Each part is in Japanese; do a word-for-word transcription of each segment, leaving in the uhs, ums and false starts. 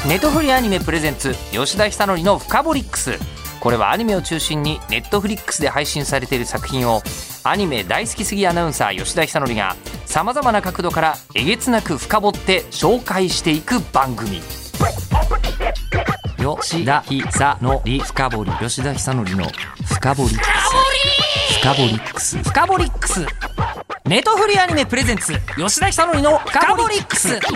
ネトフリアニメプレゼンツ吉田久典のフカボリックス。これはアニメを中心にネットフリックスで配信されている作品をアニメ大好きすぎアナウンサー吉田久典がさまざまな角度からえげつなく深掘って紹介していく番組。吉田久典深掘り、吉田久典の深掘りックス、深掘りックス、深掘りックス。ネトフリアニメプレゼンツ吉田久典の深掘りックス。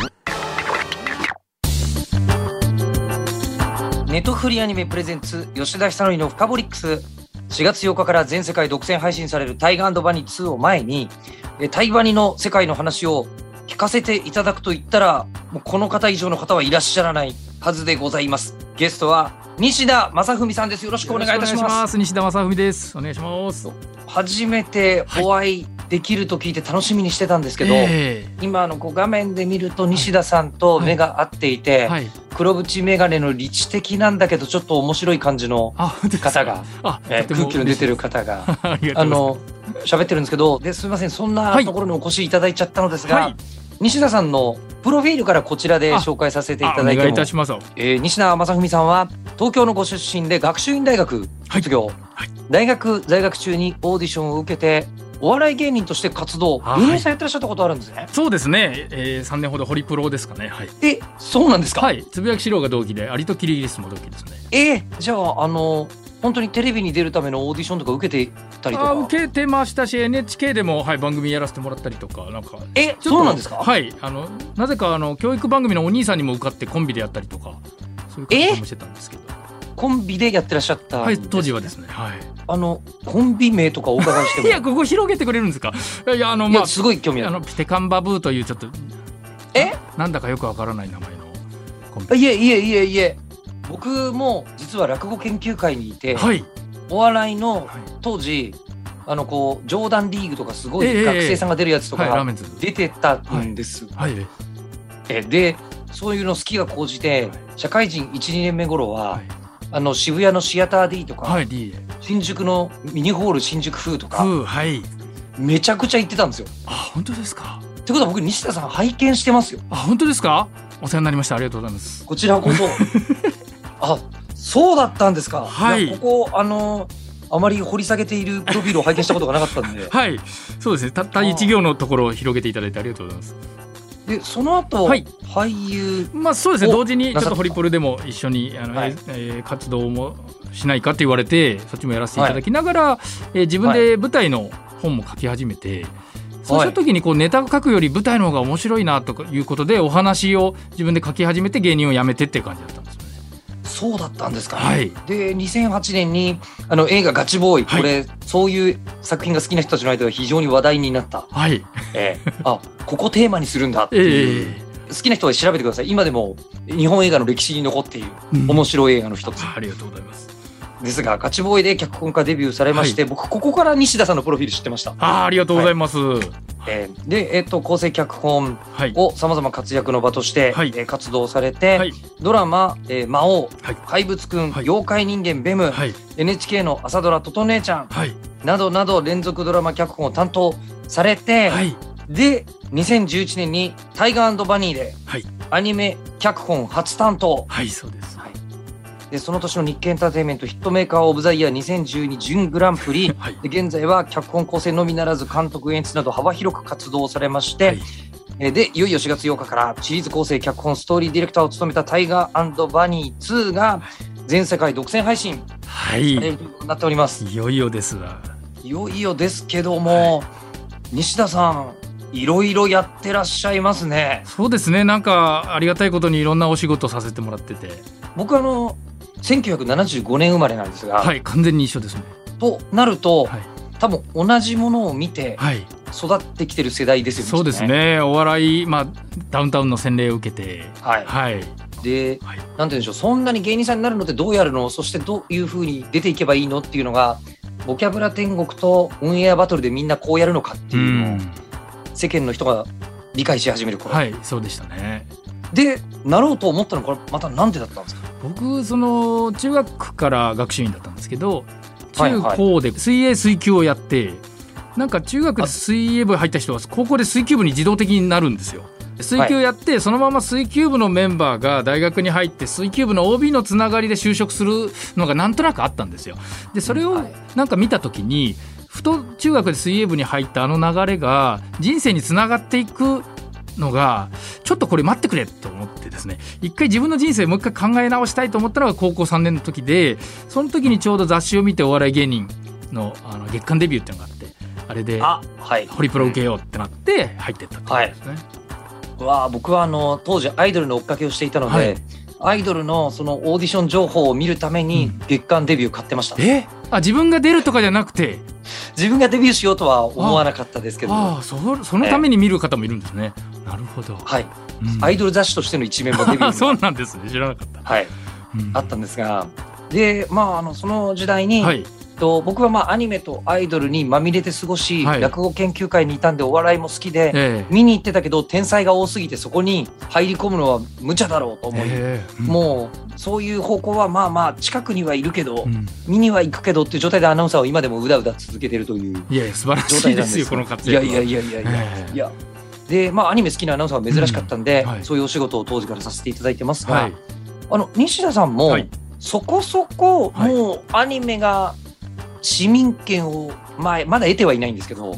ネトフリアニメプレゼンツ吉田久典の深掘りックス。しがつようかから全世界独占配信されるタイガー&バニーツーを前に、タイバニの世界の話を聞かせていただくと言ったら、もうこの方以上の方はいらっしゃらないはずでございます。ゲストは西田正文さんです。よろしくお願いいたします。 西田正文です。お願いします。 初めてお会いできると聞いて楽しみにしてたんですけど、えー、今のこう画面で見ると西田さんと目が合っていて、はいはい、黒縁メガネの理知的なんだけどちょっと面白い感じの方が、えー、空気の出てる方がああの喋ってるんですけど、ですみません、そんなところにお越しいただいちゃったのですが、はい、西田さんのプロフィールからこちらで紹介させていただいても、お願いいたします。えー、西田正文さんは東京のご出身で学習院大学卒業、はいはい、大学在学中にオーディションを受けてお笑い芸人として活動、はい、芸人さんやってらっしゃったことあるんですね。 そうですね、えー、さんねんほどホリプロですかね、はい、 え、そうなんですか。 はい、つぶやきしろうが同期でアリとキリギリスも同期ですね。 えー、じゃああの本当にテレビに出るためのオーディションとか受けてたりとか。あ、 受けてましたし エヌエイチケー でも、はい、番組やらせてもらったりとか、なんかえ、そうなんですか。 はい、あのなぜかあの教育番組のお兄さんにも受かってコンビでやったりとか、そういう活動もしてたんですけど。 コンビでやってらっしゃった、ね、 はい、当時はですね、はい、 あのコンビ名とかお伺いしてもいや、ここ広げてくれるんですか。いや、あの、まあ、いや、 すごい興味ある。 あのピテカンバブーというちょっとえなんだかよくわからない名前のコンビ。 いえいえいえいえ、僕も実は落語研究会にいて、はい、お笑いの当時、あのこうジョーダンリーグとかすごい学生さんが出るやつとか出てたんです、はいはい、えでそういうの好きが高じて、社会人 いちにねんめ頃は、はい、あの渋谷のシアター D とか、はい、新宿のミニホール新宿風とか、はい、めちゃくちゃ行ってたんですよ。 あ、本当ですか。 ってことは僕西田さん拝見してますよ。 あ、本当ですか。お世話になりました。ありがとうございます。 こちらこそあ、そうだったんですか。はい、ここあのあまり掘り下げているプロフィールを拝見したことがなかったんではい、そうですね、たった一行のところを広げていただいてありがとうございます。 でその後、はい、俳優、 まあ、そうですね、同時にちょっとホリプロでも一緒にあの、はい、えー、活動もしないかって言われて、そっちもやらせていただきながら、はい、えー、自分で舞台の本も書き始めて、はい、そうした時にこうネタを書くより舞台の方が面白いなということでお話を自分で書き始めて芸人を辞めてっていう感じだったんですよね。 そうだったんですか、ね。 はい、 でにせんはちねんにあの映画ガチボーイ、はい、これそういう作品が好きな人たちの間では非常に話題になった、はい、えー、あ、ここテーマにするんだっていう、えー、好きな人は調べてください。今でも日本映画の歴史に残っている面白い映画の一つ、うん、 ありがとうございます。 ですがガチボーイで脚本家デビューされまして、はい、僕ここから西田さんのプロフィール知ってました。 あ, ありがとうございます、はい、 えー、で、えー、と構成脚本をさまざま活躍の場として、はい、えー、活動されて、はい、ドラマ、えー、魔王、はい、怪物くん、はい、妖怪人間ベム、はい、エヌエイチケー の朝ドラトト姉ちゃん、はい、などなど連続ドラマ脚本を担当されて、はい、でにせんじゅういちねんにタイガー&バニーで、はい、アニメ脚本初担当。 はい、そうです。 でその年の日経エンターテインメントヒットメーカーオブザイヤーにせんじゅうに準グランプリ、はい、で現在は脚本構成のみならず監督演出など幅広く活動されまして、はい、でいよいよしがつようかからシリーズ構成脚本ストーリーディレクターを務めたタイガー&バニーツーが全世界独占配信されるということになっております、 はい、いよいよですわ。 いよいよですけども、はい、西田さんいろいろやってらっしゃいますね。 そうですね、なんかありがたいことにいろんなお仕事させてもらってて、 僕あのせんきゅうひゃくななじゅうごねん生まれなんですが、 はい、完全に一緒ですね。 となると、はい、多分同じものを見て育ってきてる世代ですよね。 そうですね、お笑い、まあ、ダウンタウンの洗礼を受けて、 はいはい、で、はい、なんて言うんでしょう、そんなに芸人さんになるのってどうやるの、そしてどういう風に出ていけばいいのっていうのがボキャブラ天国とオンエアバトルでみんなこうやるのかっていうのを世間の人が理解し始める頃、 はい、そうでしたね。 でなろうと思ったのこれまたなんでだったんですか。 僕その中学から学習院だったんですけど、中高で水泳水球をやって、なんか中学で水泳部入った人は高校で水球部に自動的になるんですよ。 水球やって、はい、そのまま水球部のメンバーが大学に入って水球部の オービー のつながりで就職するのがなんとなくあったんですよ。でそれをなんか見た時に、ふと中学で水泳部に入ったあの流れが人生につながっていくのがちょっとこれ待ってくれと思ってですね、一回自分の人生もう一回考え直したいと思ったのが高校さんねんの時で、その時にちょうど雑誌を見てお笑い芸人 の, あの月間デビューっていうのがあって、あれでホリプロ受けようってなって入ってったってことですね。 はい、わあ、僕はあの当時アイドルの追っかけをしていたので、はい、アイドルのそのオーディション情報を見るために月間デビュー買ってました。 うん、えあ自分が出るとかじゃなくて自分がデビューしようとは思わなかったですけど、 ああ そ, そのために見る方もいるんですね。なるほど。 はい、うん、アイドル雑誌としての一面もデビューそうなんですね、知らなかった。 はい、うん、あったんですが、でまああのその時代に、はい、と僕はまあアニメとアイドルにまみれて過ごし、はい、落語研究会にいたんでお笑いも好きで、えー、見に行ってたけど天才が多すぎてそこに入り込むのは無茶だろうと思い、えーうん、もうそういう方向はまあまあ近くにはいるけど、うん、見には行くけどっていう状態でアナウンサーを今でもうだうだ続けてるという状態なんです。 いやいや素晴らしいですよこの活躍は。 いやいやいやいやいや、えー、いやでまあアニメ好きなアナウンサーは珍しかったんで、うんはい、そういうお仕事を当時からさせていただいてますが、はい、あの西田さんも、はい、そこそこもうアニメが市民権を、まあ、まだ得てはいないんですけど、うん、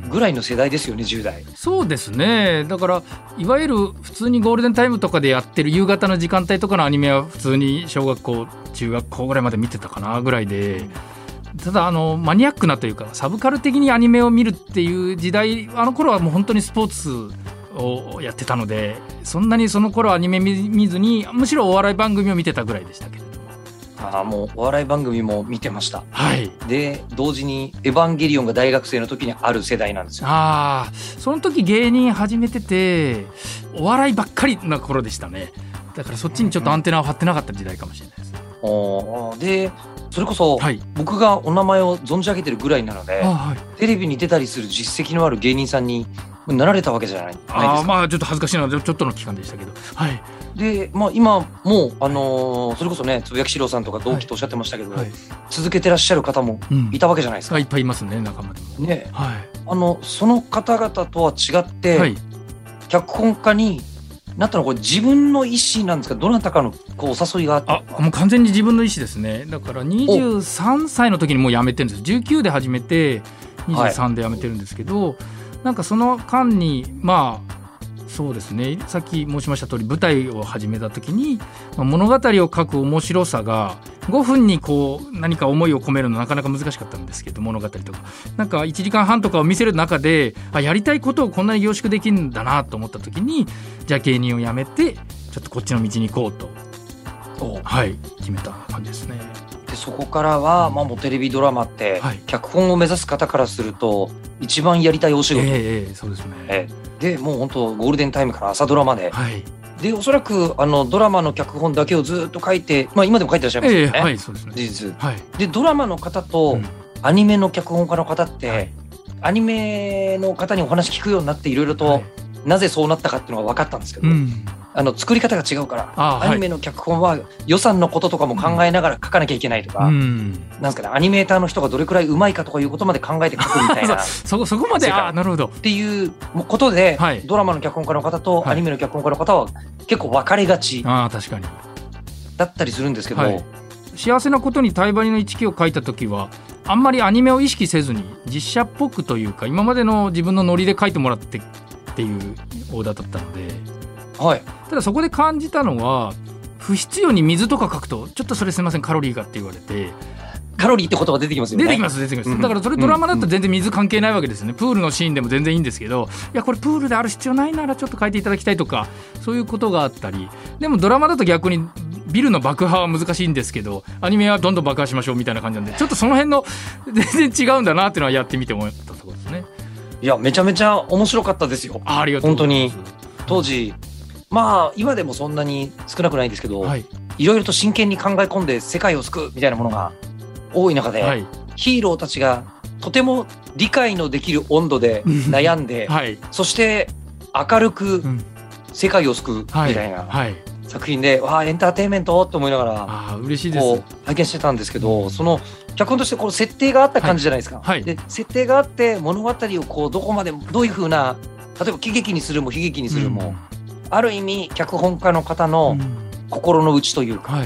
ぐらいの世代ですよね、じゅう代。 そうですね。だからいわゆる普通にゴールデンタイムとかでやってる夕方の時間帯とかのアニメは普通に小学校中学校ぐらいまで見てたかなぐらいで、ただあのマニアックなというかサブカル的にアニメを見るっていう時代、あの頃はもう本当にスポーツをやってたので、そんなにその頃アニメ見ずにむしろお笑い番組を見てたぐらいでしたけど。 あもうお笑い番組も見てました、 はい、 で同時にエヴァンゲリオンが大学生の時にある世代なんですよ。 あその時芸人始めててお笑いばっかりな頃でしたね。だからそっちにちょっとアンテナを張ってなかった時代かもしれないです、 うん、でそれこそ、はい、僕がお名前を存じ上げてるぐらいなので、はい、テレビに出たりする実績のある芸人さんになられたわけじゃない、ないですか。 あまあちょっと恥ずかしいのでちょっとの期間でしたけど、はいでまあ、今もう、あのー、それこそねつぶやきしろうさんとか同期とおっしゃってましたけど、はいはい、続けてらっしゃる方もいたわけじゃないですか、 うん、いっぱいいますね仲間でもね、はい、あのその方々とは違って、はい、脚本家になったのはこれ自分の意思なんですか、どなたかのこうお誘いがあったのか。 あもう完全に自分の意思ですね。だからにじゅうさんさいの時にもう辞めてるんです。じゅうきゅうで始めてにじゅうさんで辞めてるんですけど、はい、なんかその間にまあそうですね、さっき申しました通り舞台を始めた時に、まあ、物語を書く面白さがごふんにこう何か思いを込めるのなかなか難しかったんですけど、物語とかなんかいちじかんはんとかを見せる中であやりたいことをこんなに凝縮できるんだなと思った時に、じゃあ芸人を辞めてちょっとこっちの道に行こうと、はい、決めた感じですね。 でそこからは、まあ、もうテレビドラマって、はい、脚本を目指す方からすると一番やりたいお仕事、 えー、そうですね、 えー、でもう本当ゴールデンタイムから朝ドラまで、 はい、 でおそらくあのドラマの脚本だけをずっと書いて、まあ、今でも書いてらっしゃいますよね、 えーはいそうですね、 事実、 はい、 でドラマの方とアニメの脚本家の方って、はい、アニメの方にお話聞くようになっていろいろと、はい、なぜそうなったかっていうのが分かったんですけど、うんあの作り方が違うからアニメの脚本は予算のこととかも考えながら書かなきゃいけないとか、うん、なんですかね、アニメーターの人がどれくらいうまいかとかいうことまで考えて書くみたいなそ, そこまであなるほどっていうことで、はい、ドラマの脚本家の方とアニメの脚本家の方は結構分かれがちだったりするんですけど、はい、 幸せなことにタイバニの一期を書いた時はあんまりアニメを意識せずに実写っぽくというか今までの自分のノリで書いてもらってっていうオーダーだったので、はい、ただそこで感じたのは不必要に水とか書くとちょっとそれすいませんカロリーがって言われて、 カロリーって言葉出てきますよね。 出てきます出てきます、うん、だからそれドラマだったら全然水関係ないわけですよね、うん、プールのシーンでも全然いいんですけど、いやこれプールである必要ないならちょっと書いていただきたいとかそういうことがあったり、でもドラマだと逆にビルの爆破は難しいんですけどアニメはどんどん爆破しましょうみたいな感じなんで、ちょっとその辺の全然違うんだなっていうのはやってみて思ったところですね。 いやめちゃめちゃ面白かったですよ。 あ、ありがとうございます。 本当に当時まあ今でもそんなに少なくないですけど、はい、いろいろと真剣に考え込んで世界を救うみたいなものが多い中で、はい、ヒーローたちがとても理解のできる温度で悩んで、はい、そして明るく世界を救うみたいな作品で、わあエンターテインメントと思いながらあ嬉しいですこう拝見してたんですけど、その脚本としてこの設定があった感じじゃないですか、はいはい、で設定があって物語をこうどこまでどういう風な例えば喜劇にするも悲劇にするも、うん、ある意味脚本家の方の心の内というか、うん、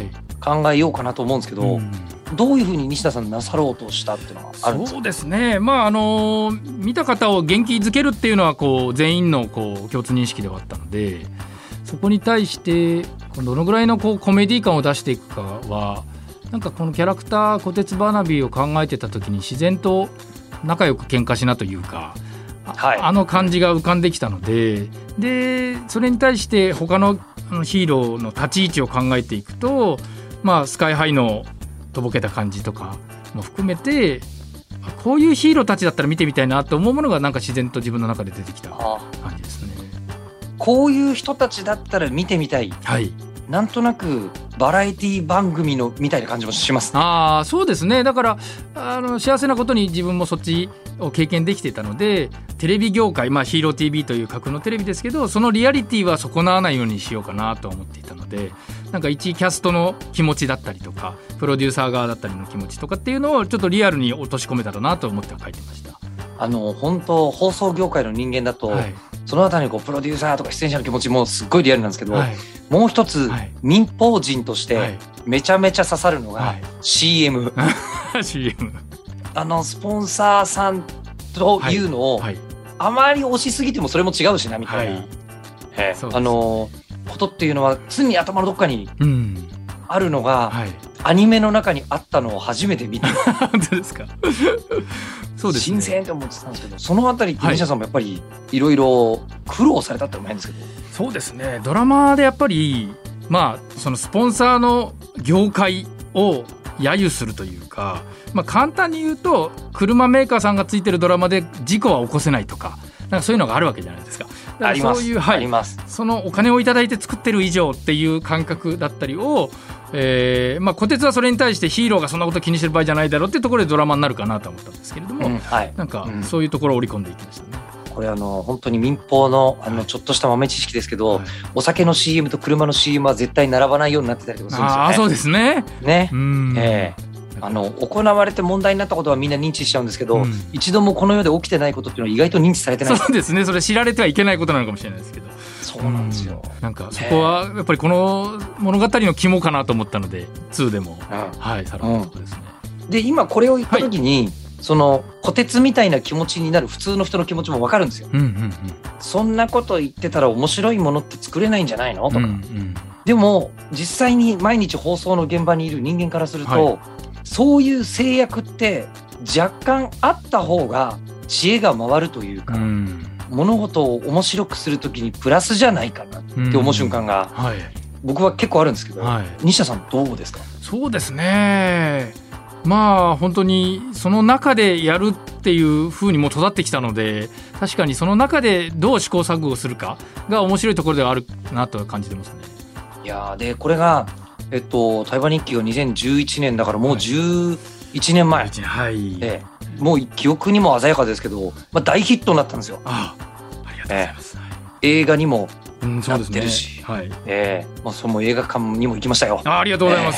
考えようかなと思うんですけど、うん、どういうふうに西田さんなさろうとしたっていうのはあるんですか？ そうですね、まああの見た方を元気づけるっていうのはこう全員のこう共通認識ではあったので、そこに対してどのぐらいのこうコメディ感を出していくかは、なんかこのキャラクター小鉄バーナビーを考えてた時に自然と仲良く喧嘩しなというか、はい、あの感じが浮かんできたので、でそれに対して他のヒーローの立ち位置を考えていくと、まあ、スカイハイのとぼけた感じとかも含めて、こういうヒーローたちだったら見てみたいなと思うものがなんか自然と自分の中で出てきた感じですね。 こういう人たちだったら見てみたい、はい、なんとなくバラエティ番組のみたいな感じもします、ね、 あそうですね。だからあの幸せなことに自分もそっちを経験できていたので、テレビ業界、まあ、ヒーロー ティーブイ という架空のテレビですけど、そのリアリティは損なわないようにしようかなと思っていたので、なんか一キャストの気持ちだったりとかプロデューサー側だったりの気持ちとかっていうのをちょっとリアルに落とし込めたらなと思って書いてました。 あの本当放送業界の人間だと、はい、そのあたりにこうプロデューサーとか出演者の気持ちもすっごいリアルなんですけど、はい、もう一つ、はい、民放人としてめちゃめちゃ刺さるのが、はい、シーエムシーエムあのスポンサーさんというのを、はいはい、あまり推しすぎてもそれも違うしなみたいな、はいえー、あのことっていうのは常に頭のどっかにあるのが、うんはい、アニメの中にあったのを初めて見て本当ですかそうですね、 新鮮って思ってたんですけど、そのあたりって西田さんもやっぱりいろいろ苦労されたってのも変ですけど、はい、 そうですね。ドラマでやっぱりまあそのスポンサーの業界を揶揄するというか、まあ、簡単に言うと車メーカーさんがついてるドラマで事故は起こせないとか、なんかそういうのがあるわけじゃないですか。だからそういう、はい、あります。そのお金をいただいて作ってる以上っていう感覚だったりを、えーまあ、小鉄はそれに対してヒーローがそんなこと気にしてる場合じゃないだろうっていうところでドラマになるかなと思ったんですけれども、うんはい、なんかそういうところを織り込んでいきましたね。 これあの本当に民放 の, あのちょっとした豆知識ですけど、はい、お酒の シーエム と車の シーエム は絶対並ばないようになってたりとかするんですよね。 あそうですね。 ね、うんえーあの行われて問題になったことはみんな認知しちゃうんですけど、うん、一度もこの世で起きてないことっていうのは意外と認知されてない。 そうですね。それ知られてはいけないことなのかもしれないですけど、 そうなんですよ、 うん、なんかそこはやっぱりこの物語の肝かなと思ったのでにでも、うん、はいさらったことですね、 うん、で今これを言った時に、はい、その小鉄みたいな気持ちになる普通の人の気持ちも分かるんですよ、うんうんうん、そんなこと言ってたら面白いものって作れないんじゃないのとか、うんうん、でも実際に毎日放送の現場にいる人間からすると、はい、そういう制約って若干あった方が知恵が回るというか、うん、物事を面白くするときにプラスじゃないかなって思う瞬間が、うんはい、僕は結構あるんですけど、はい、西田さんどうですか？ そうですね、まあ本当にその中でやるっていう風にも育ってきたので、確かにその中でどう試行錯誤するかが面白いところではあるなと感じてますね。 いやでこれがえっと、対話日記がにせんじゅういちねんだからもうじゅういちねんまえ、はいえー、もう記憶にも鮮やかですけど、まあ、大ヒットになったんですよ。あありがとうございます、えー、映画にもなってるし、うんねはいえーまあ、その映画館にも行きましたよ。 あ, ありがとうございます、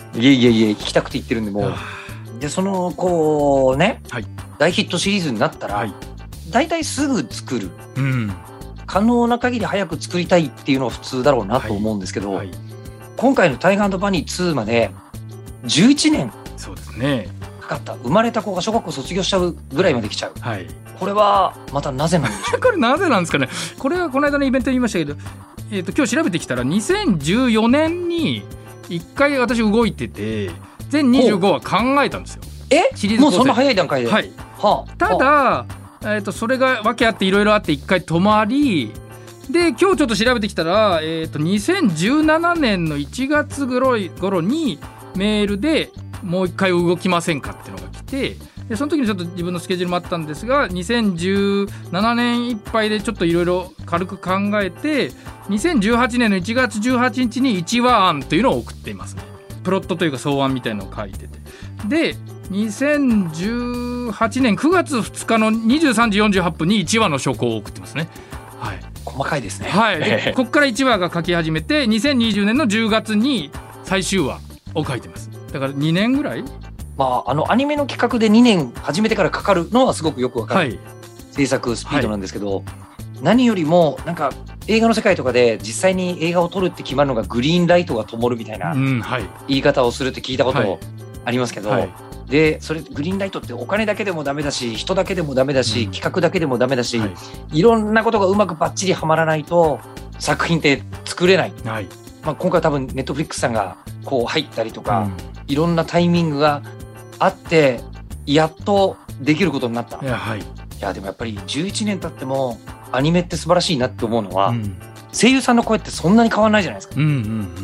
えー、いえいえいえ行きたくて行ってるんで、もうでそのこうね、はい、大ヒットシリーズになったら、はい、だいたいすぐ作る、うん、可能な限り早く作りたいっていうのは普通だろうなと思うんですけど、はいはい今回のタイガー&バニーツーまでじゅういちねんそうですねかかった。生まれた子が小学校卒業しちゃうぐらいまで来ちゃう、はい、これはまたなぜなんでしょうこれなぜなんですかね。これはこの間のイベントで言いましたけど、えー、と今日調べてきたらにせんじゅうよねんにいっかい私動いてて全にじゅうごわ考えたんですよ。 えシリーズもうそんな早い段階で、 はいはあ、ただ、はあえー、とそれが訳あっていろいろあっていっかい止まりで今日ちょっと調べてきたら、えー、とにせんじゅうななねんのいちがつ頃にメールでもう一回動きませんかっていうのが来て、でその時にちょっと自分のスケジュールもあったんですがにせんじゅうななねんいっぱいでちょっといろいろ軽く考えてにせんじゅうはちねんのいちがつじゅうはちにちにいちわ案というのを送っていますね。プロットというか草案みたいなのを書いてて、でにせんじゅうはちねんくがつふつかのにじゅうさんじよんじゅうはっぷんにいちわの初稿を送ってますね。はい、 細かいですね。 はい、でここからいちわが書き始めてにせんにじゅうねんのじゅうがつに最終話を書いてます。だからにねんぐらい、 まあ、あのアニメの企画でにねん始めてからかかるのはすごくよくわかる、はい、制作スピードなんですけど、はい、 何よりもなんか映画の世界とかで実際に映画を撮るって決まるのがグリーンライトが灯るみたいな言い方をするって聞いたことありますけど、はいはい、でそれグリーンライトってお金だけでもダメだし人だけでもダメだし、うん、企画だけでもダメだし、はい、いろんなことがうまくバッチリはまらないと作品って作れない、はい、まあ、今回多分ネットフリックスさんがこう入ったりとか、うん、いろんなタイミングがあってやっとできることになった。いや、はい、いやでもやっぱりじゅういちねん経ってもアニメって素晴らしいなって思うのは、うん、声優さんの声ってそんなに変わらないじゃないですか、うんうんうん、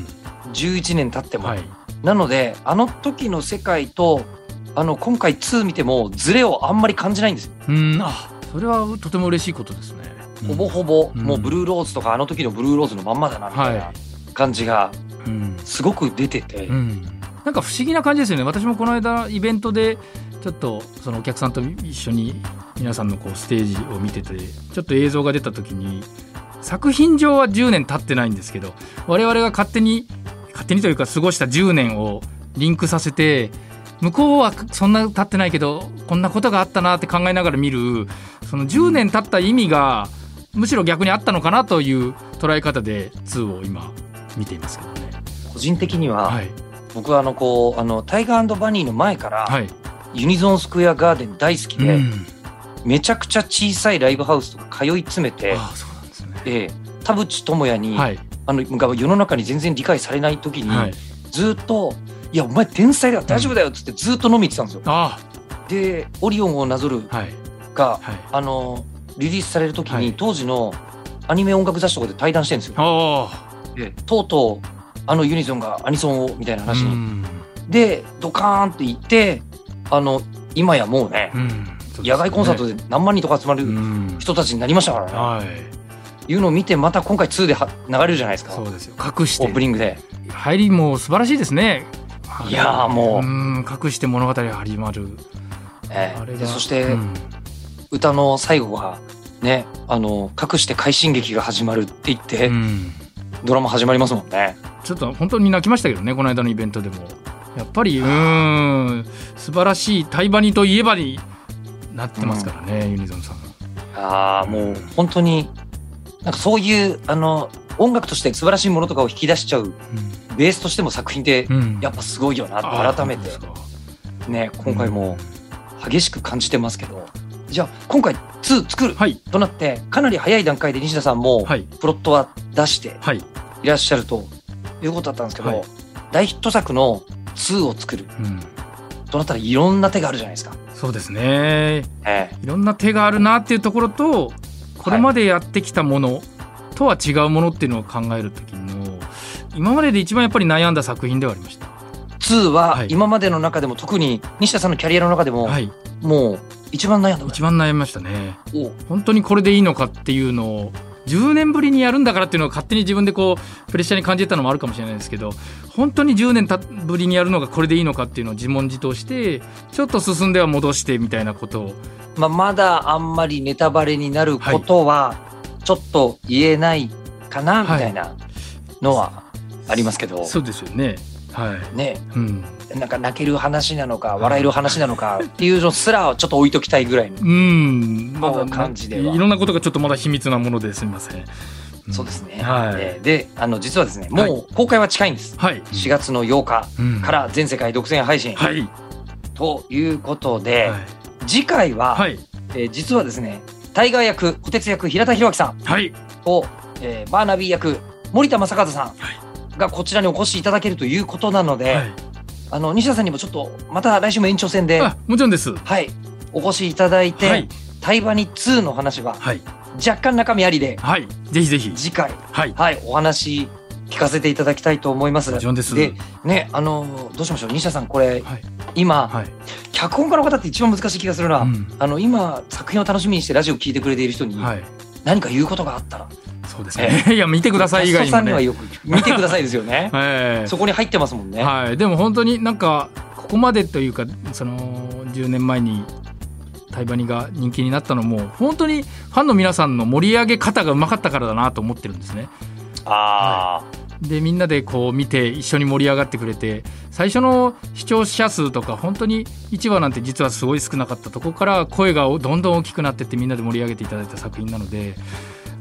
じゅういちねん経っても、はい、なのであの時の世界とあの今回ツー見てもズレをあんまり感じないんですよ。うん、 あ、それはとても嬉しいことですね、 うん、ほぼほぼ、うん、もうブルーローズとかあの時のブルーローズのまんまだなみたいな感じがすごく出てて、うんうん、 なんか不思議な感じですよね。私もこの間イベントでちょっとそのお客さんと一緒に皆さんのこうステージを見ててちょっと映像が出た時に作品上はじゅうねん経ってないんですけど我々が勝手に勝手にというか過ごしたじゅうねんをリンクさせて向こうはそんな経ってないけどこんなことがあったなって考えながら見るそのじゅうねん経った意味がむしろ逆にあったのかなという捉え方でツーを今見ていますけどね。 個人的には、はい、僕はあのこうあのタイガー&バニーの前から、はい、ユニゾンスクエアガーデン大好きで、うん、めちゃくちゃ小さいライブハウスとか通い詰めて、ああ、そうなんですね、えー、田淵智也に、はい、あの世の中に全然理解されない時に、はい、ずっといやお前天才だ大丈夫だよっつってずっと飲み行ってたんですよ、うん、あでオリオンをなぞるが、はいはい、あのリリースされる時に、はい、当時のアニメ音楽雑誌とかで対談してるんですよ。でとうとうあのユニゾンがアニソンをみたいな話にでドカーンって言ってあの今やもうね、うん、そうですね、野外コンサートで何万人とか集まる人たちになりましたからね、うん、はい、いうのを見てまた今回ツーでは流れるじゃないですか。 そうですよ、隠してオープニングで入りも素晴らしいですね。 いやもう、うん、 隠して物語が始まる、 えー、あれでそして、うん、歌の最後はねあの隠して快進撃が始まるって言って、うん、ドラマ始まりますもんね。 ちょっと本当に泣きましたけどねこの間のイベントでもやっぱりうーん素晴らしいタイバニといえばになってますからね、うん、ユニゾンさんも。 ああもう本当になんかそういうあの音楽として素晴らしいものとかを引き出しちゃう、うん、ベースとしても作品ってやっぱすごいよなって改めて、うん、ね今回も激しく感じてますけど、うん、じゃあ今回ツー作るとなって、はい、かなり早い段階で西田さんもプロットは出していらっしゃるということだったんですけど、はい、大ヒット作のツーを作る、うん、となったらいろんな手があるじゃないですか。 そうですね、ええ、いろんな手があるなっていうところとこれまでやってきたものとは違うものっていうのを考えるときの今までで一番やっぱり悩んだ作品ではありました。 ツーは今までの中でも特に西田さんのキャリアの中でも、はい、もう一番悩んだ一番悩みましたね。本当にこれでいいのかっていうのをじゅうねんぶりにやるんだからっていうのを勝手に自分でこうプレッシャーに感じたのもあるかもしれないですけど本当にじゅうねんぶりにやるのがこれでいいのかっていうのを自問自答してちょっと進んでは戻してみたいなことを、 まあ、まだあんまりネタバレになることはちょっと言えないかなみたいなのはありますけど、はい、 そうですよね、はいね、うん、なんか泣ける話なのか笑える話なのかっていうのすらちょっと置いときたいぐらいの感じでは、 いろんなことがちょっとまだ秘密なものですみません。 そうですね、はい、で, であの実はですねもう公開は近いんです、はい、しがつのようかから全世界独占配信、はい、ということで、はい、次回は、はい、えー、実はですねタイガー役虎鉄役平田裕明さん、はい、と、えー、バーナビー役森田正和さんがこちらにお越しいただけるということなので、はい、あの西田さんにもちょっとまた来週も延長戦でもちろんです、 はい、お越しいただいて、はい、タイバニツーの話は、はい、若干中身ありで、はい、ぜひぜひ次回、はいはい、お話聞かせていただきたいと思います。 もちろんです。 で、ね、あのどうしましょう西田さんこれ、はい、今、はい、脚本家の方って一番難しい気がするな、うん、あの今作品を楽しみにしてラジオ聞いてくれている人に、はい、何か言うことがあったら。 そうですね、えー、いや見てください以外にもね、キャストさんにはよく見てくださいですよね、えー、そこに入ってますもんね、 はい、でも本当になんかここまでというかそのじゅうねんまえにタイバニが人気になったのも本当にファンの皆さんの盛り上げ方がうまかったからだなと思ってるんですね。あ、はい、でみんなでこう見て一緒に盛り上がってくれて最初の視聴者数とか本当にいちわなんて実はすごい少なかったところから声がどんどん大きくなってってみんなで盛り上げていただいた作品なので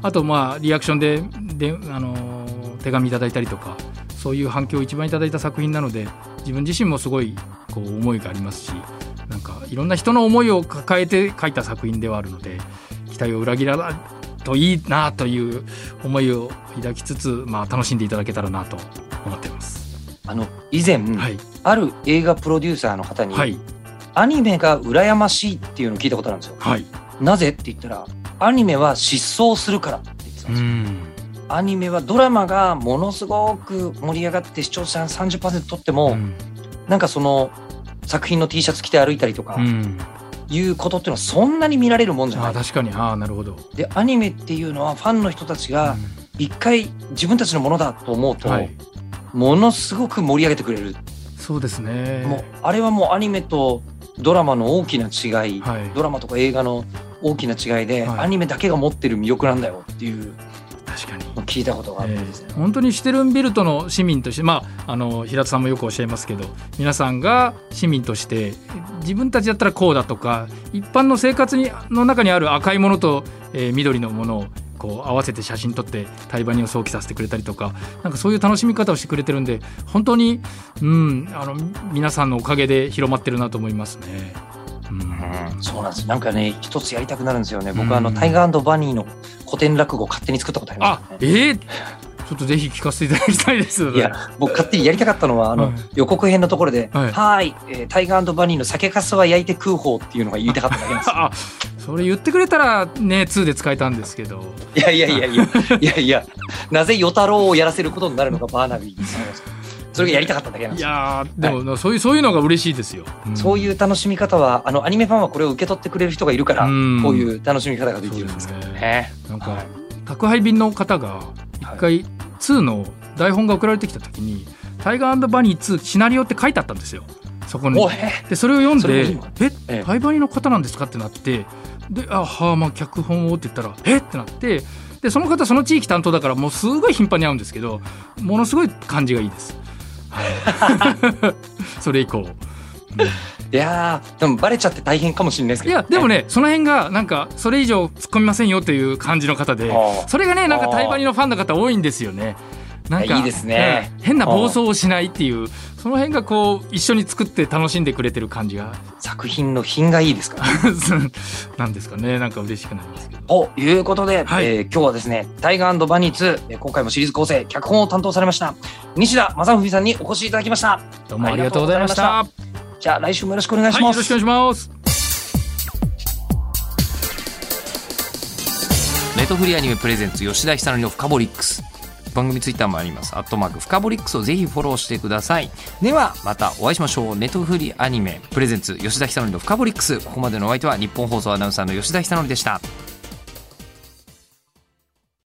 あとまあリアクションで、で、あのー、手紙いただいたりとか、そういう反響を一番いただいた作品なので、自分自身もすごいこう思いがありますし、なんかいろんな人の思いを抱えて書いた作品ではあるので、期待を裏切らないといいなという思いを抱きつつ、まあ、楽しんでいただけたらなと思っています。 あの以前、はい、ある映画プロデューサーの方に、はい、アニメが羨ましいっていうのを聞いたことあるんですよ、はい、なぜって言ったら、アニメは失踪するからって言ってたんですよ。うんアニメはドラマがものすごく盛り上がって視聴者 さんじゅっパーセント 取っても、うん、なんかその作品の T シャツ着て歩いたりとか、うん、いうことっていうのはそんなに見られるもんじゃない。あ、 確かに。あ、なるほど。 でアニメっていうのはファンの人たちが一回自分たちのものだと思うと、はい、ものすごく盛り上げてくれる。 そうですね。 もうあれはもうアニメとドラマの大きな違い、はい、ドラマとか映画の大きな違いで、はい、アニメだけが持ってる魅力なんだよっていう確かに聞いたことがあるんですね、 えー、本当にシュテルンビルトの市民として、まあ、あの平田さんもよくおっしゃいますけど、皆さんが市民として自分たちだったらこうだとか、一般の生活にの中にある赤いものと、えー、緑のものをこう合わせて写真撮ってタイバニを想起させてくれたりとか、なんかそういう楽しみ方をしてくれてるんで、本当に、うん、あの皆さんのおかげで広まってるなと思いますね。うん、 そうなんです。なんかね、一つやりたくなるんですよね。僕はあのタイガー&バニーの古典落語を勝手に作ったことあります、ね。 あ、えー、ちょっとぜひ聞かせていただきたいです。 いや、僕勝手にやりたかったのはあの、はい、予告編のところで、はい、はーい、えー、タイガー&バニーの酒粕は焼いて食う方っていうのが言いたかっただけなんですよ。あ、 それ言ってくれたらね、ツーで使えたんですけど。 いやいやいやいやいやいや、なぜ与太郎をやらせることになるのかバーナビーにされますか。それがやりたかっただけなんですよ。 いやでも、はい、そういうそういうのが嬉しいですよ、 うん、そういう楽しみ方はあのアニメファンはこれを受け取ってくれる人がいるから、うん、こういう楽しみ方ができるんですけどね。 なんか、はい、宅配便の方が一回ツーの台本が送られてきた時に、タイガー&バニーツーシナリオって書いてあったんですよ、そこに。でそれを読んで、ええタイバニーの方なんですかってなって、で、あはまあ脚本をって言ったらえってなって、でその方その地域担当だからもうすごい頻繁に会うんですけど、ものすごい感じがいいです。それ以降、うん、いやでもバレちゃって大変かもしれないですけど、 ね、いやでもね、その辺がなんかそれ以上突っ込みませんよという感じの方で、それがね、なんかタイバニのファンの方多いんですよね。なんかいいですね、 うん、変な暴走をしないっていう、その辺がこう一緒に作って楽しんでくれてる感じが、 作品の品がいいですからなんですかね、なんか嬉しくなりますけど。 ということで、はい、えー、今日はですねタイガー&バニーツー、今回もシリーズ構成脚本を担当されました西田正文さんにお越しいただきました。 どうもありがとうございました。 じゃあ来週もよろしくお願いします。 はい、よろしくお願いします。 ネトフリアニメプレゼンツ吉田久典のフカボリックス、番組ツイッターもあります。アットマークフカボリックスをぜひフォローしてください。ではまたお会いしましょう。ネトフリアニメプレゼンツ吉田久典のフカボリックス、ここまでのお相手は日本放送アナウンサーの吉田久典でした。